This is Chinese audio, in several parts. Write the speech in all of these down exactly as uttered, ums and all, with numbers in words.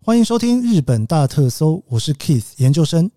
欢迎收听日本大特搜，我是 Keith 研究生。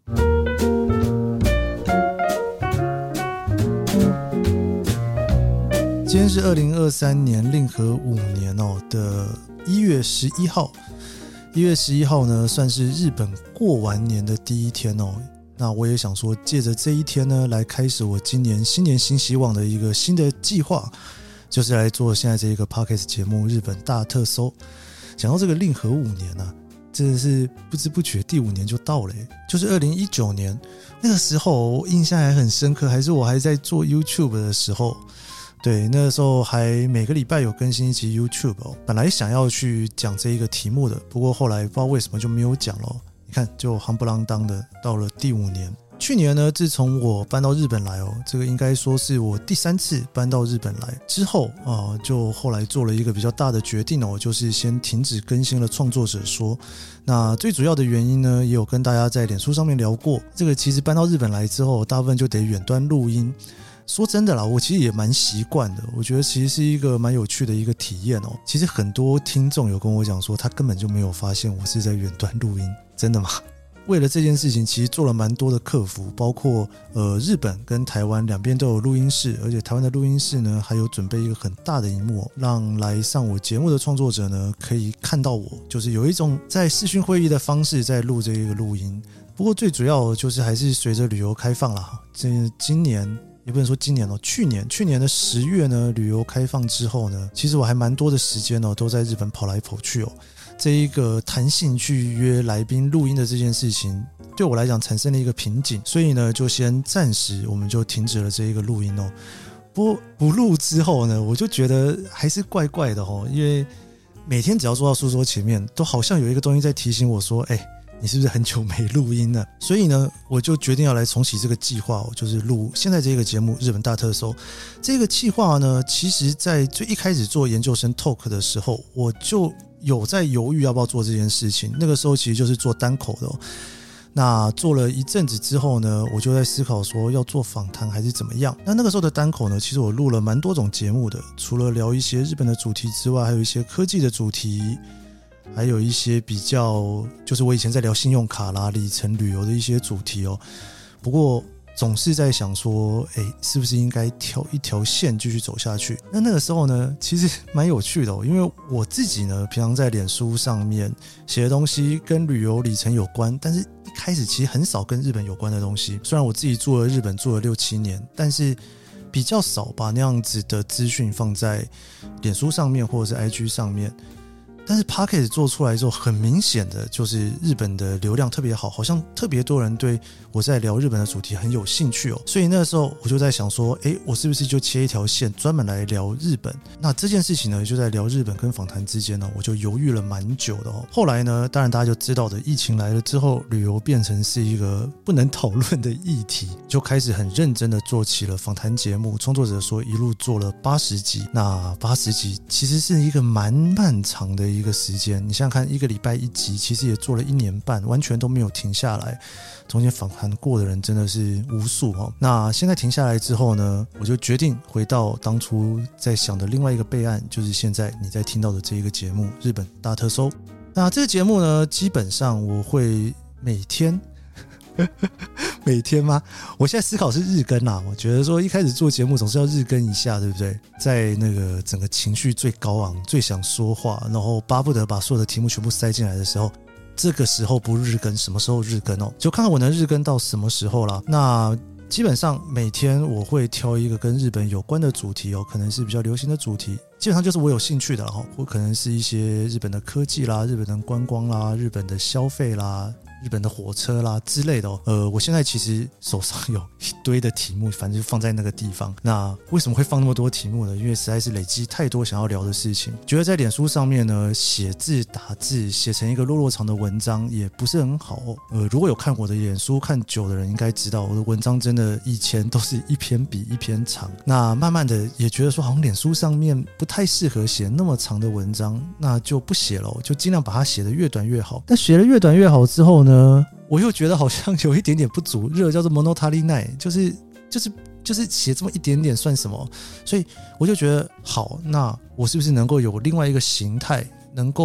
今天是二零二三年令和五年、哦、的一月十一号。一月十一号呢，算是日本过完年的第一天哦。那我也想说，借着这一天呢，来开始我今年新年新希望的一个新的计划，就是来做现在这一个 Podcast 节目《日本大特搜》。讲到这个令和五年啊，真的是不知不觉第五年就到了耶，就是二零一九年那个时候，我印象还很深刻，还是我还在做 YouTube 的时候。对，那个时候还每个礼拜有更新一集 YouTube 哦。本来想要去讲这一个题目的，不过后来不知道为什么就没有讲了。你看，就夯不啷当的到了第五年。去年呢，自从我搬到日本来哦，这个应该说是我第三次搬到日本来之后啊、呃，就后来做了一个比较大的决定哦，就是先停止更新了创作者说。那最主要的原因呢，也有跟大家在脸书上面聊过。这个其实搬到日本来之后，大部分就得远端录音。说真的啦，我其实也蛮习惯的，我觉得其实是一个蛮有趣的一个体验哦。其实很多听众有跟我讲说，他根本就没有发现我是在远端录音，真的吗？为了这件事情，其实做了蛮多的克服，包括呃日本跟台湾两边都有录音室，而且台湾的录音室呢，还有准备一个很大的萤幕，让来上我节目的创作者呢可以看到我，就是有一种在视讯会议的方式在录这个录音。不过最主要就是还是随着旅游开放啦，这今年。也不能说今年哦，去年去年的十月呢，旅游开放之后呢，其实我还蛮多的时间哦，都在日本跑来跑去哦。这一个弹性去约来宾录音的这件事情，对我来讲产生了一个瓶颈，所以呢，就先暂时我们就停止了这一个录音哦。不过不录之后呢，我就觉得还是怪怪的哦，因为每天只要坐到书桌前面，都好像有一个东西在提醒我说，哎。你是不是很久没录音了？所以呢，我就决定要来重启这个计划，就是录现在这个节目《日本大特搜》。这个计划呢，其实在最一开始做研究生 talk 的时候，我就有在犹豫要不要做这件事情。那个时候其实就是做单口的哦。那做了一阵子之后呢，我就在思考说要做访谈还是怎么样。那那个时候的单口呢，其实我录了蛮多种节目的，除了聊一些日本的主题之外，还有一些科技的主题。还有一些比较，就是我以前在聊信用卡啦、里程旅游的一些主题哦。不过总是在想说，哎，是不是应该挑一条线继续走下去？那那个时候呢，其实蛮有趣的哦，因为我自己呢，平常在脸书上面写的东西跟旅游里程有关，但是一开始其实很少跟日本有关的东西。虽然我自己住了日本住了六七年，但是比较少把那样子的资讯放在脸书上面或者是 I G 上面。但是 Podcast 做出来之后，很明显的就是日本的流量特别好，好像特别多人对我在聊日本的主题很有兴趣哦。所以那时候我就在想说，诶，我是不是就切一条线专门来聊日本？那这件事情呢，就在聊日本跟访谈之间呢，我就犹豫了蛮久的哦。后来呢，当然大家就知道的，疫情来了之后，旅游变成是一个不能讨论的议题，就开始很认真的做起了访谈节目。创作者说一路做了八十集，那八十集其实是一个蛮漫长的一个时间，你想想看，一个礼拜一集，其实也做了一年半，完全都没有停下来。中间访谈过的人真的是无数哦。那现在停下来之后呢，我就决定回到当初在想的另外一个备案，就是现在你在听到的这一个节目《日本大特搜》。那这个节目呢，基本上我会每天。每天吗？我现在思考是日更啦。我觉得说一开始做节目总是要日更一下，对不对？在那个整个情绪最高昂、最想说话，然后巴不得把所有的题目全部塞进来的时候，这个时候不日更，什么时候日更哦？就看看我能日更到什么时候啦。那基本上每天我会挑一个跟日本有关的主题哦，可能是比较流行的主题，基本上就是我有兴趣的啦，或可能是一些日本的科技啦、日本的观光啦、日本的消费啦。日本的火车啦之类的哦，呃，我现在其实手上有一堆的题目，反正就放在那个地方。那为什么会放那么多题目呢？因为实在是累积太多想要聊的事情，觉得在脸书上面呢，写字打字写成一个落落长的文章也不是很好哦。呃，如果有看我的脸书看久的人应该知道，我的文章真的以前都是一篇比一篇长。那慢慢的也觉得说，好像脸书上面不太适合写那么长的文章，那就不写了，就尽量把它写得越短越好。但写得越短越好之后呢？我又觉得好像有一点点不足，日文叫做 monotarinai， 就是就是就是写这么一点点算什么？所以我就觉得好，那我是不是能够有另外一个形态，能够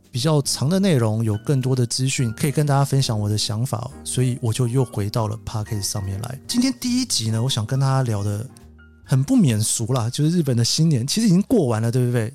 比较长的内容，有更多的资讯可以跟大家分享我的想法，所以我就又回到了 Podcast 上面来。今天第一集呢，我想跟大家聊的很不免俗啦，就是日本的新年其实已经过完了，对不对？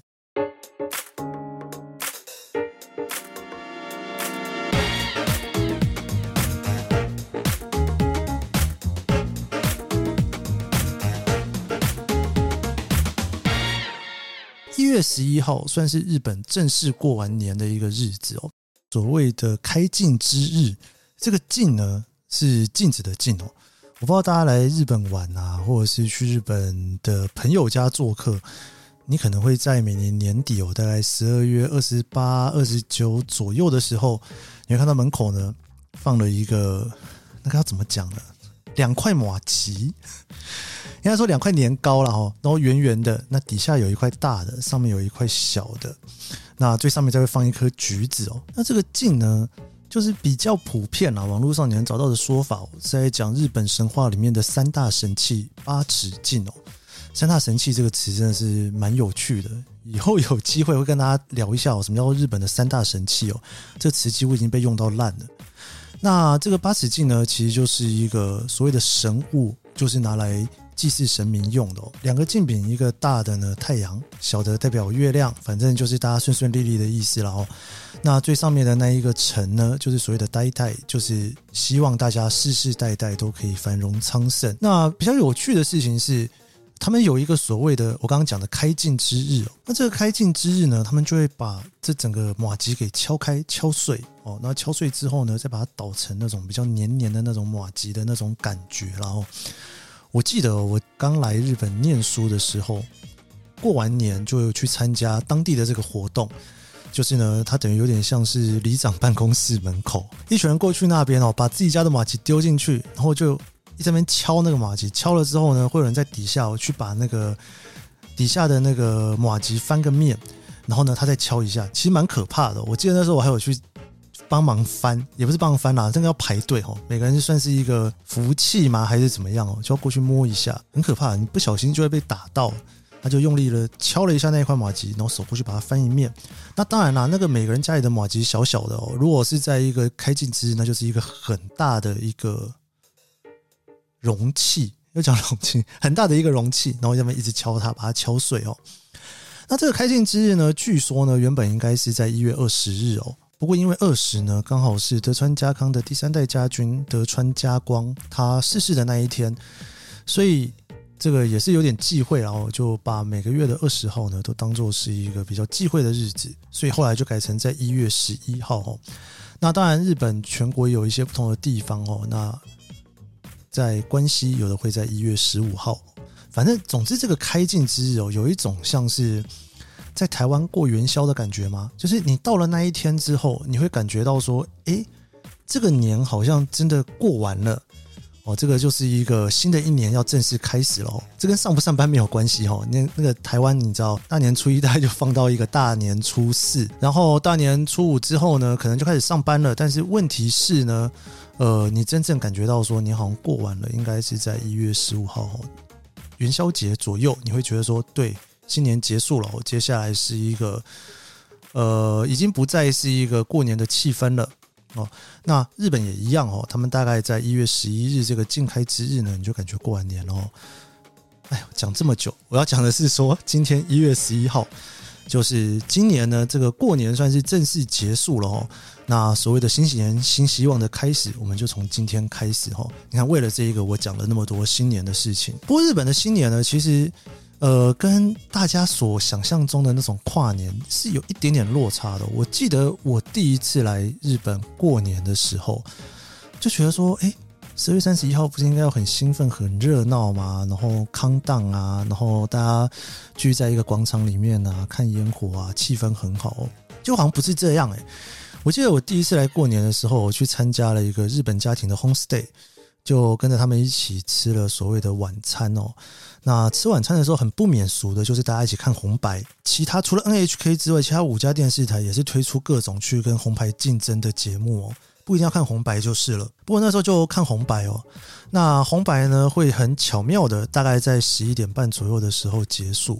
一月十一号算是日本正式过完年的一个日子哦。所谓的开禁之日，这个禁呢是禁止的禁哦。我不知道大家来日本玩啊，或者是去日本的朋友家做客，你可能会在每年年底哦，大概十二月二十八、二十九左右的时候，你会看到门口呢放了一个那个要怎么讲呢？两块麻糬，应该说两块年糕啦齁，然后圆圆的，那底下有一块大的，上面有一块小的，那最上面再会放一颗橘子哦。那这个禁呢，就是比较普遍啦，网络上你能找到的说法是在讲日本神话里面的三大神器八尺禁哦。三大神器这个词真的是蛮有趣的，以后有机会会跟大家聊一下哦，什么叫做日本的三大神器哦，这个词几乎已经被用到烂了。那这个八尺镜呢，其实就是一个所谓的神物，就是拿来祭祀神明用的哦。两个镜饼，一个大的呢太阳，小的代表月亮，反正就是大家顺顺利利的意思啦哦。那最上面的那一个辰呢，就是所谓的代代，就是希望大家世世代代都可以繁荣昌盛。那比较有趣的事情是，他们有一个所谓的我刚刚讲的开禁之日哦。那这个开禁之日呢，他们就会把这整个麻糬给敲开敲碎哦，那敲碎之后呢，再把它捣成那种比较黏黏的那种麻糬的那种感觉。然后我记得我刚来日本念书的时候，过完年就有去参加当地的这个活动，就是呢，它等于有点像是里长办公室门口，一群人过去那边哦，把自己家的麻糬丢进去，然后就一直在那边敲那个麻糬，敲了之后呢，会有人在底下哦去把那个底下的那个麻糬翻个面，然后呢，他再敲一下，其实蛮可怕的。我记得那时候我还有去帮忙翻，也不是帮忙翻啦，这个要排队哦，每个人算是一个福气吗，还是怎么样哦，就要过去摸一下，很可怕，你不小心就会被打到。他就用力了敲了一下那一块麻糬，然后手过去把它翻一面。那当然啦，那个每个人家里的麻糬小小的哦，如果是在一个开禁之日，那就是一个很大的一个容器，又讲容器，很大的一个容器，然后要么一直敲它，把它敲碎哦。那这个开禁之日呢，据说呢，原本应该是在一月二十日哦。不过因为二十呢，刚好是德川家康的第三代家君德川家光他逝世的那一天，所以这个也是有点忌讳，然后就把每个月的二十号呢，都当作是一个比较忌讳的日子，所以后来就改成在一月十一号哦。那当然，日本全国有一些不同的地方哦，那在关西有的会在一月十五号，反正总之这个开禁之日哦，有一种像是在台湾过元宵的感觉吗？就是你到了那一天之后，你会感觉到说，诶，这个年好像真的过完了哦，这个就是一个新的一年要正式开始了哦。这跟上不上班没有关系哦。那那个台湾你知道，大年初一大概就放到一个大年初四，然后大年初五之后呢，可能就开始上班了。但是问题是呢，呃，你真正感觉到说你好像过完了，应该是在一月十五号哦，元宵节左右，你会觉得说，对，新年结束了哦，接下来是一个呃，已经不再是一个过年的气氛了。哦，那日本也一样哦，他们大概在一月十一日这个禁开之日呢，你就感觉过完年了哦。哎呦，讲这么久，我要讲的是说，今天一月十一号，就是今年呢，这个过年算是正式结束了哦。那所谓的新年新希望的开始，我们就从今天开始哦。你看，为了这一个，我讲了那么多新年的事情。不过日本的新年呢，其实呃，跟大家所想象中的那种跨年是有一点点落差的。我记得我第一次来日本过年的时候，就觉得说，哎，十月三十一号不是应该要很兴奋、很热闹吗？然后康荡啊，然后大家聚在一个广场里面啊，看烟火啊，气氛很好。就好像不是这样哎、欸。我记得我第一次来过年的时候，我去参加了一个日本家庭的 homestay。就跟着他们一起吃了所谓的晚餐哦。那吃晚餐的时候很不免俗的就是大家一起看红白，其他除了 N H K 之外，其他五家电视台也是推出各种去跟红白竞争的节目哦，不一定要看红白就是了。不过那时候就看红白哦。那红白呢会很巧妙的大概在十一点半左右的时候结束，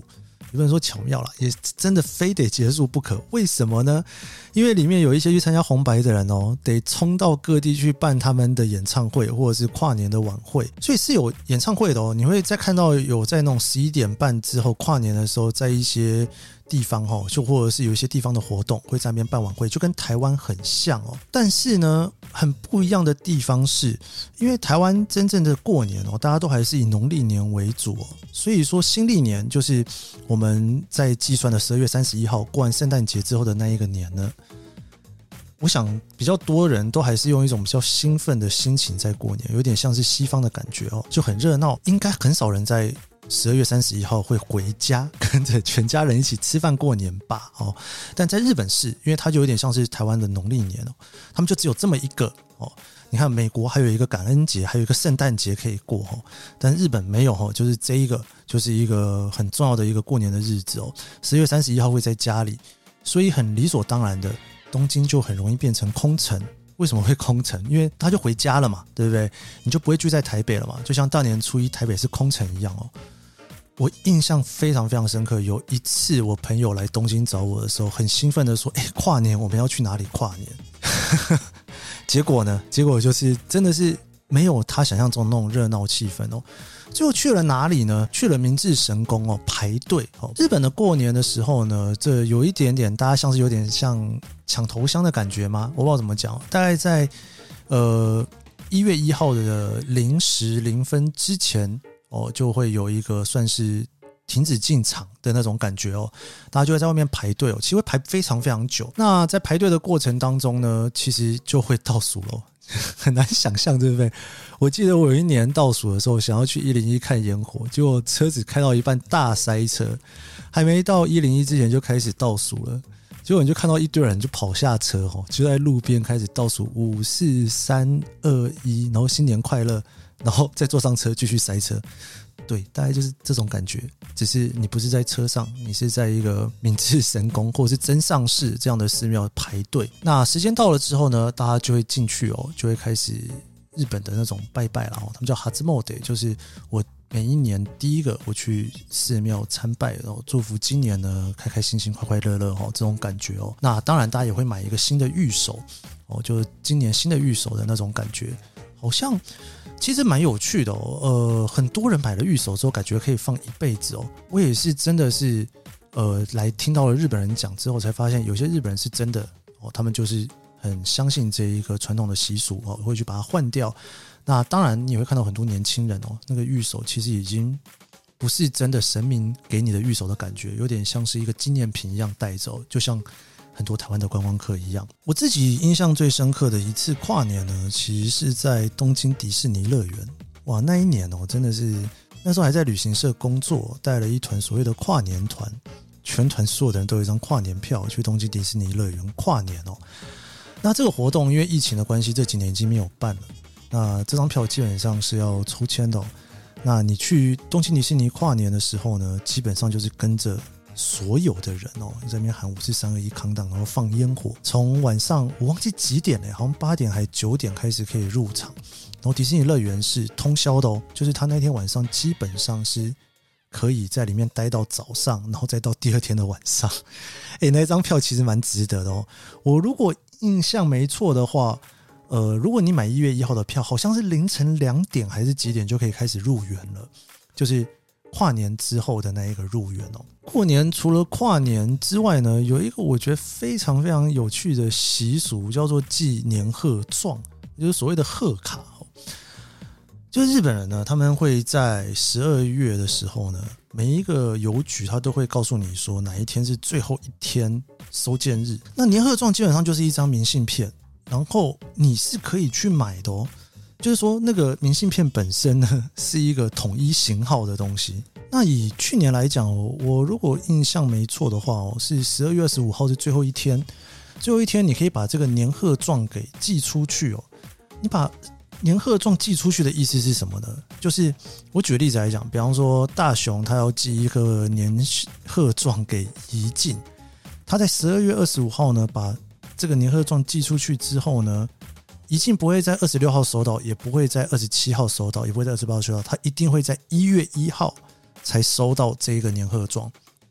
不能说巧妙啦，也真的非得结束不可。为什么呢？因为里面有一些去参加红白的人哦，得冲到各地去办他们的演唱会或者是跨年的晚会，所以是有演唱会的哦。你会再看到有在那种十一点半之后跨年的时候，在一些地方哦，就或者是有一些地方的活动会在那边办晚会，就跟台湾很像哦。但是呢，很不一样的地方是，因为台湾真正的过年哦，大家都还是以农历年为主哦，所以说新历年就是我们在计算的十二月三十一号过完圣诞节之后的那一个年呢。我想比较多人都还是用一种比较兴奋的心情在过年，有点像是西方的感觉哦，就很热闹。应该很少人在十二月三十一号会回家跟着全家人一起吃饭过年吧哦。但在日本是因为它就有点像是台湾的农历年哦，他们就只有这么一个哦。你看美国还有一个感恩节，还有一个圣诞节可以过哦，但日本没有哦，就是这一个就是一个很重要的一个过年的日子哦。十月三十一号会在家里，所以很理所当然的。东京就很容易变成空城，为什么会空城？因为他就回家了嘛，对不对？你就不会聚在台北了嘛，就像大年初一台北是空城一样哦。我印象非常非常深刻，有一次我朋友来东京找我的时候，很兴奋的说：“哎，跨年我们要去哪里跨年？”结果呢？结果就是真的是没有他想象中那种热闹气氛哦。最后去了哪里呢？去了明治神宫哦，排队哦。日本的过年的时候呢，这有一点点，大家像是有点像抢头香的感觉吗？我不知道怎么讲。大概在呃一月一号的零时零分之前哦，就会有一个算是停止进场的那种感觉哦，大家就会在外面排队哦，其实会排非常非常久。那在排队的过程当中呢，其实就会倒数咯。很难想象，对不对？我记得我有一年倒数的时候，想要去一零一看烟火，结果车子开到一半大塞车，还没到一零一之前就开始倒数了。结果你就看到一堆人就跑下车，就在路边开始倒数五四三二一，然后新年快乐，然后再坐上车继续塞车。对，大概就是这种感觉，只是你不是在车上，你是在一个明治神宫或者是真上寺这样的寺庙排队。那时间到了之后呢，大家就会进去哦，就会开始日本的那种拜拜啦，他们叫 Hatsumode， 就是我每一年第一个我去寺庙参拜，然后祝福今年呢开开心心快快乐乐哦，这种感觉哦。那当然大家也会买一个新的御守哦，就是今年新的御守的那种感觉，好像其实蛮有趣的哦。呃，很多人买了御守之后感觉可以放一辈子哦。我也是真的是呃来听到了日本人讲之后才发现，有些日本人是真的哦，他们就是很相信这一个传统的习俗哦，会去把它换掉。那当然你也会看到很多年轻人哦，那个御守其实已经不是真的神明给你的御守的感觉，有点像是一个纪念品一样带走，就像很多台湾的观光客一样。我自己印象最深刻的一次跨年呢，其实是在东京迪士尼乐园。哇，那一年哦，真的是那时候还在旅行社工作，带了一团所谓的跨年团，全团所有的人都有一张跨年票去东京迪士尼乐园跨年哦。那这个活动因为疫情的关系，这几年已经没有办了。那这张票基本上是要抽签的哦。那你去东京迪士尼跨年的时候呢，基本上就是跟着所有的人哦，在那边喊五四三二一康档，然后放烟火。从晚上我忘记几点了，好像八点还九点开始可以入场。然后迪士尼乐园是通宵的哦，就是他那天晚上基本上是可以在里面待到早上，然后再到第二天的晚上。诶，那张票其实蛮值得的哦。我如果印象没错的话，呃，如果你买一月一号的票，好像是凌晨两点还是几点就可以开始入园了，就是跨年之后的那一个入园哦。过年除了跨年之外呢，有一个我觉得非常非常有趣的习俗，叫做祭年贺状，就是所谓的贺卡哦。就是日本人呢，他们会在十二月的时候呢，每一个邮局他都会告诉你说哪一天是最后一天收件日。那年贺状基本上就是一张明信片，然后你是可以去买的哦。就是说那个明信片本身呢是一个统一型号的东西。那以去年来讲哦，我如果印象没错的话哦，是十二月二十五号是最后一天，最后一天你可以把这个年贺状给寄出去哦。你把年贺状寄出去的意思是什么呢？就是我举个例子来讲，比方说大雄他要寄一个年贺状给宜静，他在十二月二十五号呢把这个年贺状寄出去之后呢，宜静不会在二十六号收到，也不会在二十七号收到，也不会在二十八号收到，他一定会在一月一号才收到这个年贺状。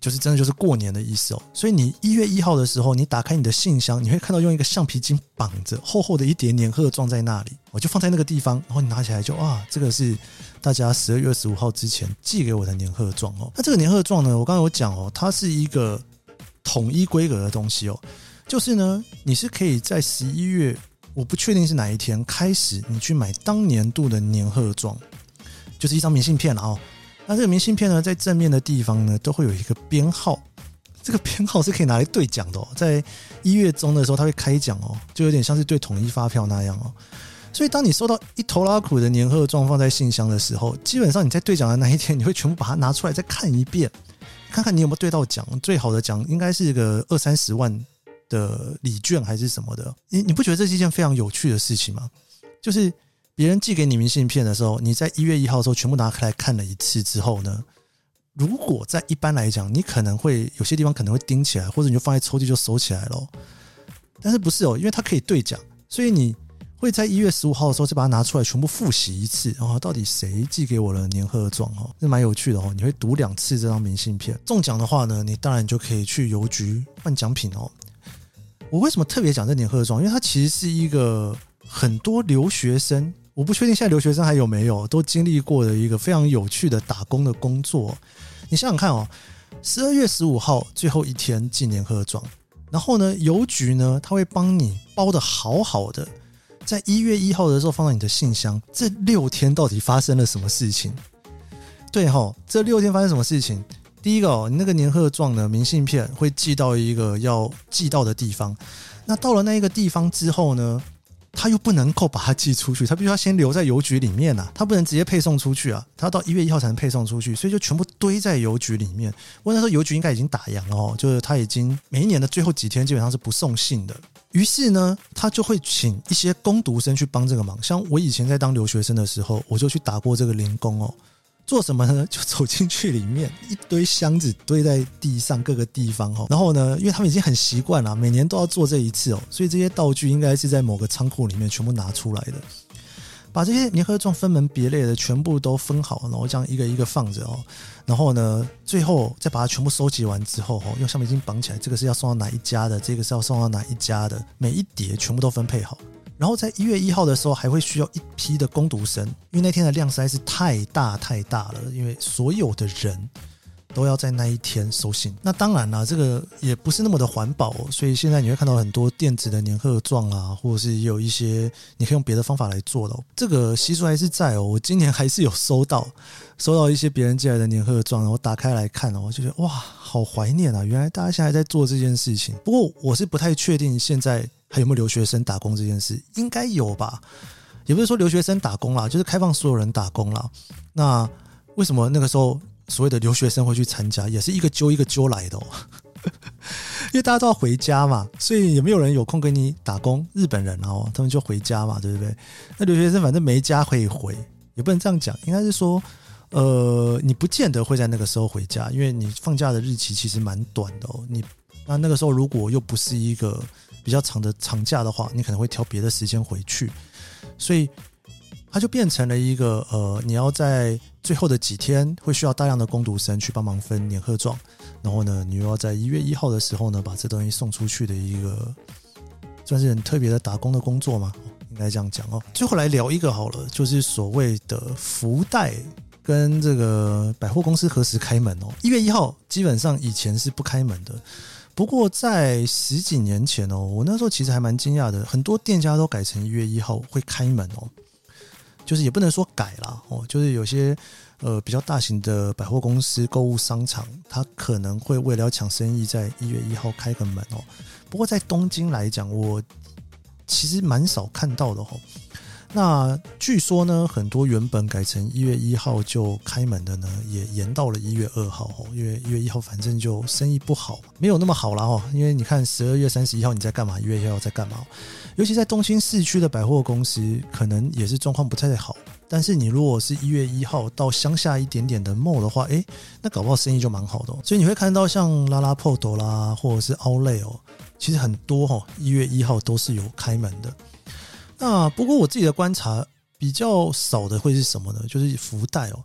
就是真的就是过年的意思哦。所以你一月一号的时候，你打开你的信箱，你会看到用一个橡皮筋绑着厚厚的一叠年贺状在那里，我就放在那个地方，然后你拿起来就啊，这个是大家十二月二十五号之前寄给我的年贺状哦。那这个年贺状呢，我刚刚有讲哦，它是一个统一规格的东西哦，就是呢，你是可以在十一月，我不确定是哪一天开始，你去买当年度的年贺状，就是一张明信片哦。那这个明信片呢，在正面的地方呢，都会有一个编号，这个编号是可以拿来兑奖的哦。在一月中的时候，它会开奖哦，就有点像是对统一发票那样哦。所以，当你收到一头拉苦的年贺状放在信箱的时候，基本上你在兑奖的那一天，你会全部把它拿出来再看一遍，看看你有没有兑到奖。最好的奖应该是个二三十万的礼券还是什么的。你你不觉得这是一件非常有趣的事情吗？就是别人寄给你明信片的时候，你在一月一号的时候全部拿开来看了一次之后呢，如果在一般来讲，你可能会有些地方可能会钉起来，或者你就放在抽屉就收起来了。但是不是哦，因为它可以兑奖，所以你会在一月十五号的时候再把它拿出来全部复习一次，然后到底谁寄给我的年贺状哦，这蛮有趣的哦。你会读两次这张明信片，中奖的话呢，你当然就可以去邮局换奖品哦。我为什么特别讲这年贺状？因为它其实是一个很多留学生。我不确定现在留学生还有没有都经历过的一个非常有趣的打工的工作。你想想看哦，十二月十五号最后一天寄年贺状，然后呢，邮局呢，他会帮你包得好好的，在一月一号的时候放到你的信箱。这六天到底发生了什么事情？对齁，这六天发生什么事情？第一个哦，你那个年贺状呢，明信片会寄到一个要寄到的地方。那到了那一个地方之后呢，他又不能够把它寄出去，他必须要先留在邮局里面啊，他不能直接配送出去啊，他要到一月一号才能配送出去，所以就全部堆在邮局里面。不过那时候邮局应该已经打烊了哦，就是他已经每一年的最后几天基本上是不送信的。于是呢，他就会请一些工读生去帮这个忙。像我以前在当留学生的时候，我就去打过这个零工哦。做什么呢？就走进去里面，一堆箱子堆在地上各个地方哦。然后呢，因为他们已经很习惯了，每年都要做这一次哦，所以这些道具应该是在某个仓库里面全部拿出来的。把这些年贺状分门别类的全部都分好，然后这样一个一个放着哦。然后呢，最后再把它全部收集完之后哦，用橡皮筋绑起来，这个是要送到哪一家的，这个是要送到哪一家的，每一叠全部都分配好。然后在一月一号的时候还会需要一批的工读生，因为那天的量实在是太大太大了，因为所有的人都要在那一天收信。那当然啦，这个也不是那么的环保哦，所以现在你会看到很多电子的年贺状啊，或者是也有一些你可以用别的方法来做的哦。这个习俗还是在哦，我今年还是有收到收到一些别人寄来的年贺状，然后打开来看哦，我就觉得哇，好怀念啊！原来大家现在在做这件事情。不过我是不太确定现在还有没有留学生打工这件事，应该有吧？也不是说留学生打工啦，就是开放所有人打工啦。那为什么那个时候所谓的留学生会去参加，也是一个揪一个揪来的哦。因为大家都要回家嘛，所以也没有人有空给你打工。日本人哦，他们就回家嘛，对不对？那留学生反正没家可以回，也不能这样讲，应该是说，呃，你不见得会在那个时候回家，因为你放假的日期其实蛮短的哦。你那那个时候如果又不是一个比较长的长假的话，你可能会挑别的时间回去，所以它就变成了一个呃，你要在最后的几天会需要大量的工读生去帮忙分年贺状，然后呢，你又要在一月一号的时候呢把这东西送出去的一个算是很特别的打工的工作嘛，应该这样讲哦。最后来聊一个好了，就是所谓的福袋跟这个百货公司何时开门哦。一月一号基本上以前是不开门的。不过在十几年前哦，我那时候其实还蛮惊讶的，很多店家都改成一月一号会开门哦，就是也不能说改啦哦，就是有些呃比较大型的百货公司、购物商场，它可能会为了要抢生意，在一月一号开个门哦。不过在东京来讲，我其实蛮少看到的哦。那据说呢，很多原本改成一月一号就开门的呢，也延到了一月二号哦，因为一月一号反正就生意不好，没有那么好啦哦。因为你看十二月三十一号你在干嘛，一月一号在干嘛？尤其在东京市区的百货公司，可能也是状况不太好。但是你如果是一月一号到乡下一点点的 mall 的话，诶，那搞不好生意就蛮好的哦。所以你会看到像拉拉破多啦，或者是 Outlet 哦，其实很多哦，一月一号都是有开门的。那不过我自己的观察比较少的会是什么呢？就是福袋哦，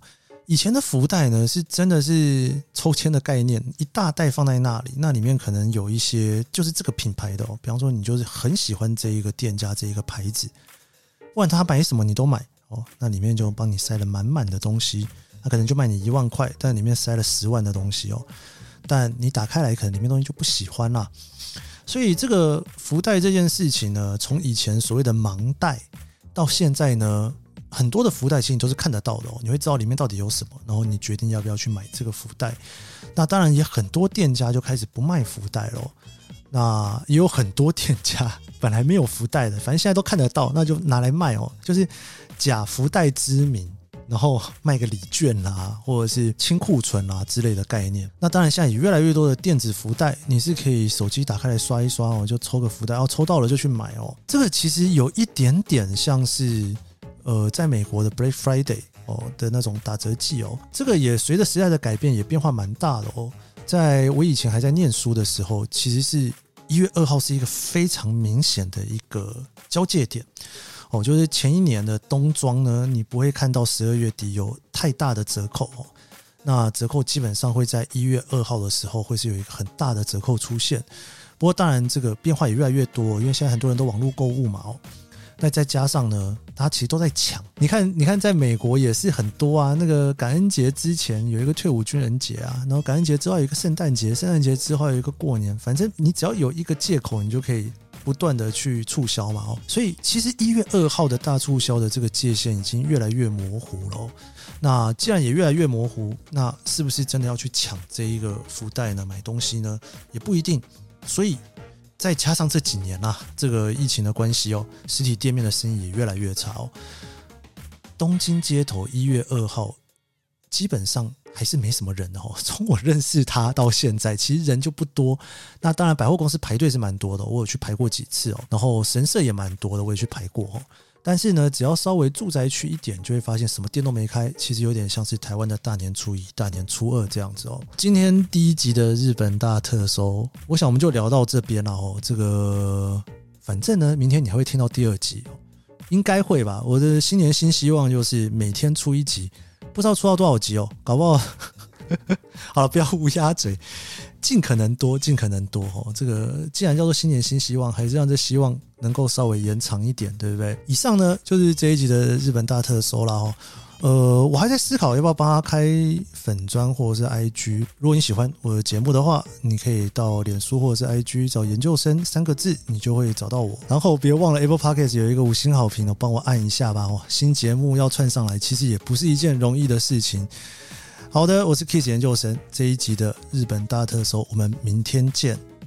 以前的福袋呢是真的是抽签的概念，一大袋放在那里，那里面可能有一些就是这个品牌的哦，比方说你就是很喜欢这一个店家这一个牌子，不管他买什么你都买哦，那里面就帮你塞了满满的东西，那可能就卖你一万块，但里面塞了十万的东西哦，但你打开来可能里面东西就不喜欢啦。所以这个福袋这件事情呢，从以前所谓的盲袋到现在呢，很多的福袋其实你都是看得到的哦，你会知道里面到底有什么，然后你决定要不要去买这个福袋。那当然也很多店家就开始不卖福袋咯，那也有很多店家本来没有福袋的，反正现在都看得到，那就拿来卖哦，就是假福袋之名，然后卖个礼券啦，或者是清库存啦之类的概念。那当然现在有越来越多的电子福袋，你是可以手机打开来刷一刷哦，就抽个福袋，然后抽到了就去买哦。这个其实有一点点像是呃，在美国的 Black Friday 哦的那种打折季哦，这个也随着时代的改变也变化蛮大的哦。在我以前还在念书的时候，其实是一月二号是一个非常明显的一个交界点哦，就是前一年的冬装呢，你不会看到十二月底有太大的折扣哦，那折扣基本上会在一月二号的时候会是有一个很大的折扣出现。不过当然这个变化也越来越多，因为现在很多人都网络购物嘛哦。那再加上呢，大家其实都在抢。你看，你看，在美国也是很多啊。那个感恩节之前有一个退伍军人节啊，然后感恩节之后有一个圣诞节，圣诞节之后有一个过年。反正你只要有一个借口，你就可以不断的去促销嘛。哦，所以其实一月二号的大促销的这个界限已经越来越模糊了哦。那既然也越来越模糊，那是不是真的要去抢这一个福袋呢？买东西呢？也不一定。所以再加上这几年啊，这个疫情的关系哦，实体店面的生意也越来越差哦。东京街头一月二号基本上还是没什么人哦，从我认识他到现在，其实人就不多。那当然百货公司排队是蛮多的，我有去排过几次哦。然后神社也蛮多的，我也去排过哦。但是呢，只要稍微住宅区一点，就会发现什么店都没开，其实有点像是台湾的大年初一、大年初二这样子哦。今天第一集的日本大特搜，我想我们就聊到这边了哦。这个反正呢，明天你还会听到第二集哦，应该会吧。我的新年新希望就是每天出一集，不知道出到多少集哦，搞不好好了，不要乌鸦嘴，尽可能多，尽可能多哦。这个既然叫做新年新希望，还是让这希望能够稍微延长一点，对不对？以上呢就是这一集的日本大特搜啦哦。呃，我还在思考要不要帮他开粉专或者是 I G。如果你喜欢我的节目的话，你可以到脸书或者是 I G 找研究生三个字，你就会找到我。然后别忘了 Apple Podcast 有一个五星好评哦，帮我按一下吧哦。新节目要串上来，其实也不是一件容易的事情。好的，我是 Kiss 研究生，这一集的日本大特搜，我们明天见。